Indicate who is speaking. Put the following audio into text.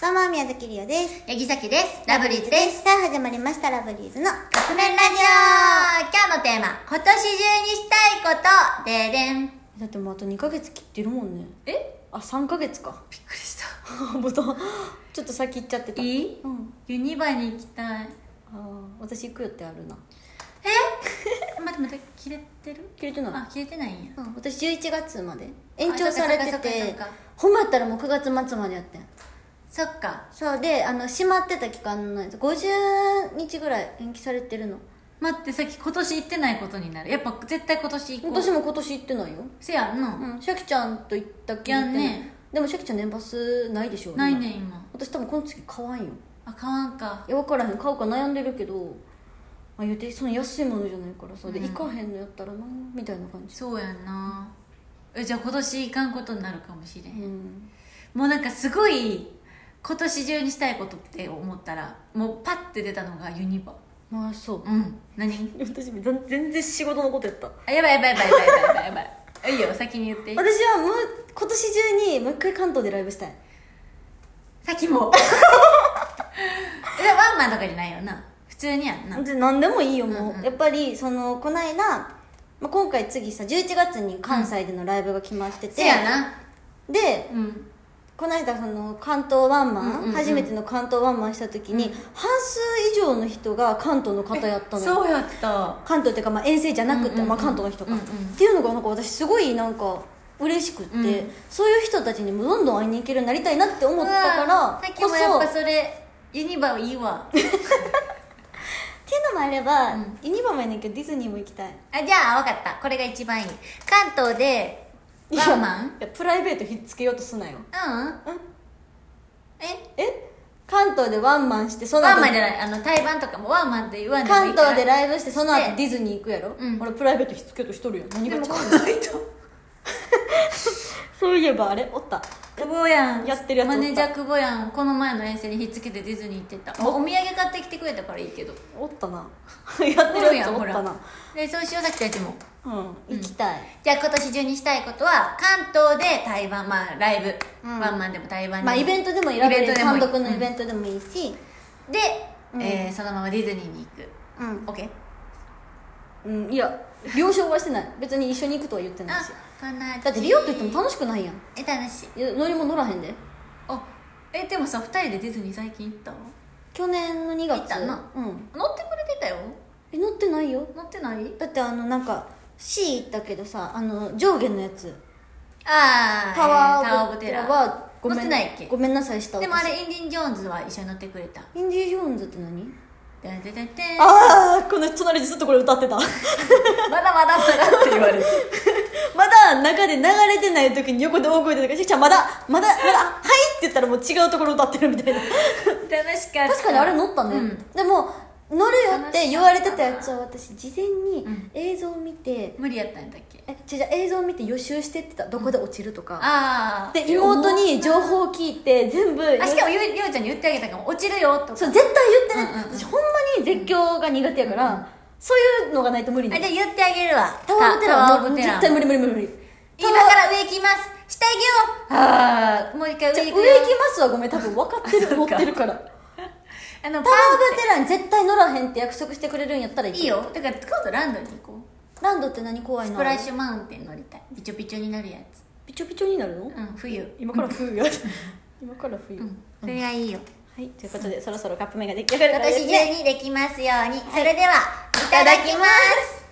Speaker 1: どうも、宮崎りおです。
Speaker 2: 八木崎です。ラブリーズです。
Speaker 1: さあ、始まりました、ラブリーズの
Speaker 2: カップ麺ラジオ。今日のテーマ、今年中にしたいこと、ででん。
Speaker 1: だってもうあと2ヶ月切ってるもんね。あ、3ヶ月か。
Speaker 2: びっくりした。
Speaker 1: ちょっと先行っちゃってた。
Speaker 2: いい？ユニバに行きたい。
Speaker 1: ああ、私行くよってあるな。
Speaker 2: 待って、切れてる？
Speaker 1: 切れてない。
Speaker 2: あ、切れてないんや。
Speaker 1: 私11月まで延長されて
Speaker 2: そっ
Speaker 1: て
Speaker 2: か、
Speaker 1: ほんまやったらもう9月末までやってん。
Speaker 2: そっか。
Speaker 1: そうで、閉まってた期間のやつ50日ぐらい延期されてるの。
Speaker 2: 待って、さっき今年行ってないことになる。やっぱ絶対今年行こう。
Speaker 1: 私も今年行ってないよ。
Speaker 2: せやんな。
Speaker 1: シャキちゃんと行ったっけ？
Speaker 2: やんね。
Speaker 1: でもシャキちゃん年パスないでしょ。
Speaker 2: ないね今。
Speaker 1: 私多分この次買わんよ。
Speaker 2: あ、買わんか。
Speaker 1: いや分からへん、買うか悩んでるけど、言うてその安いものじゃないからさ、で行かへんのやったらなみたいな感じ。
Speaker 2: そうやんな。じゃあ今年行かんことになるかもしれん。
Speaker 1: うん
Speaker 2: もうなんかすごい今年中にしたいことって思ったらもうパッて出たのがユニバ。
Speaker 1: まあそう。
Speaker 2: 何？
Speaker 1: 私全然仕事のことやった。
Speaker 2: あ、やばいいいよ、先に言って。
Speaker 1: 私はもう今年中にもう一回関東でライブしたい。
Speaker 2: さっきもワンマンとかじゃないよな、普通にやんな。
Speaker 1: 何でもいいよもう、やっぱりこの間、今回次さ11月に関西でのライブが決まってて、
Speaker 2: せやな。
Speaker 1: で、この間関東ワンマン、初めての関東ワンマンした時に、半数以上の人が関東の方やったのよ。
Speaker 2: そうやった。
Speaker 1: 関東っていうか、遠征じゃなくて、関東の人か、っていうのがなんか私すごいなんか嬉しくって、そういう人たちにもどんどん会いに行けるようになりたいなって思ったから
Speaker 2: さっきもやっぱそれユニバいいわ
Speaker 1: っていうのもあれば、ユニバもやねんけどディズニーも行きたい。
Speaker 2: じゃあ分かった、これが一番いい。関東でワンマン。
Speaker 1: いやプライベートひっつけようとすなよ。
Speaker 2: え
Speaker 1: 関東でワンマンして、その
Speaker 2: ワンマンじゃない、対バンとかもワンマンって言わんでもいい
Speaker 1: 関
Speaker 2: から。
Speaker 1: 東でライブしてその後ディズニー行くやろ、俺プライベートひっつけようとしとるやん。何が違うの？そういえばあれおった、
Speaker 2: 久保やん。
Speaker 1: やってるやつおった。
Speaker 2: マネージャー久保やん。この前の遠征にひっつけてディズニー行ってた。お土産買ってきてくれたからいいけど。
Speaker 1: おったなやってるやつおったな。
Speaker 2: で、そうしよう、さっきたちも。
Speaker 1: 行きたい。
Speaker 2: じゃあ今年中にしたいことは、関東で対バン、ライブ、ワンマンでも対バンでも、
Speaker 1: イベントでも選べる、単独のイベントでもいいし、
Speaker 2: で、そのままディズニーに行く。OK？
Speaker 1: いや了承はしてない。別に一緒に行くとは言ってないし。だってリオと言っても楽しくないやん。
Speaker 2: 楽しい。
Speaker 1: 乗りも乗らへんで。
Speaker 2: でもさ、2人でディズニー最近行った？
Speaker 1: 去年の2月。
Speaker 2: 行ったな。乗ってくれてたよ。
Speaker 1: 乗ってないよ。
Speaker 2: 乗ってない？
Speaker 1: だってなんか C 行ったけどさ、上下のやつ、
Speaker 2: タワーオブテラー
Speaker 1: は
Speaker 2: 乗ってないっけ？
Speaker 1: ごめんなさいした。
Speaker 2: でもあれインディ・ジョーンズは一緒に乗ってくれた。
Speaker 1: インディ・ジョーンズって何？この隣でずっとこれ歌ってた。
Speaker 2: まだって言われて
Speaker 1: まだ中で流れてない時に横で大声で「しきちゃんまだはい」って言ったらもう違うところ歌ってるみたいな。
Speaker 2: 楽しかった。
Speaker 1: 確かにあれ乗ったね。でも乗るよって言われてたやつは私事前に映像を見て、
Speaker 2: 無理やったんだっけ？
Speaker 1: 映像を見て予習してってた。どこで落ちるとか、で妹に情報を聞いて全部。
Speaker 2: しかもりおちゃんに言ってあげたかも、落ちるよとか。
Speaker 1: そう絶対言ってない。私ほんまに絶叫が苦手やから、そういうのがないと無理ね。
Speaker 2: じゃあ言ってあげるわ。
Speaker 1: タワーオブテラーは絶対無理。
Speaker 2: 今から上行きます、下行くよ。もう一回上行くよ。
Speaker 1: 上行きますはごめん、多分分かってる乗ってるから。タワーオブテラーに絶対乗らへんって約束してくれるんやったらいい
Speaker 2: よ。だから今度ランドに行こう。
Speaker 1: ランドって何？怖いの？
Speaker 2: スプラッシュマウンテン乗りたい。ビチョビチョになるやつ。
Speaker 1: ビチョビチョになるの？
Speaker 2: 冬。
Speaker 1: 今から冬や。今から冬。
Speaker 2: それがいいよ。
Speaker 1: はい、ということでそろそろカップ麺が出来上がるから
Speaker 2: 今年中にできますように。それではいただきます。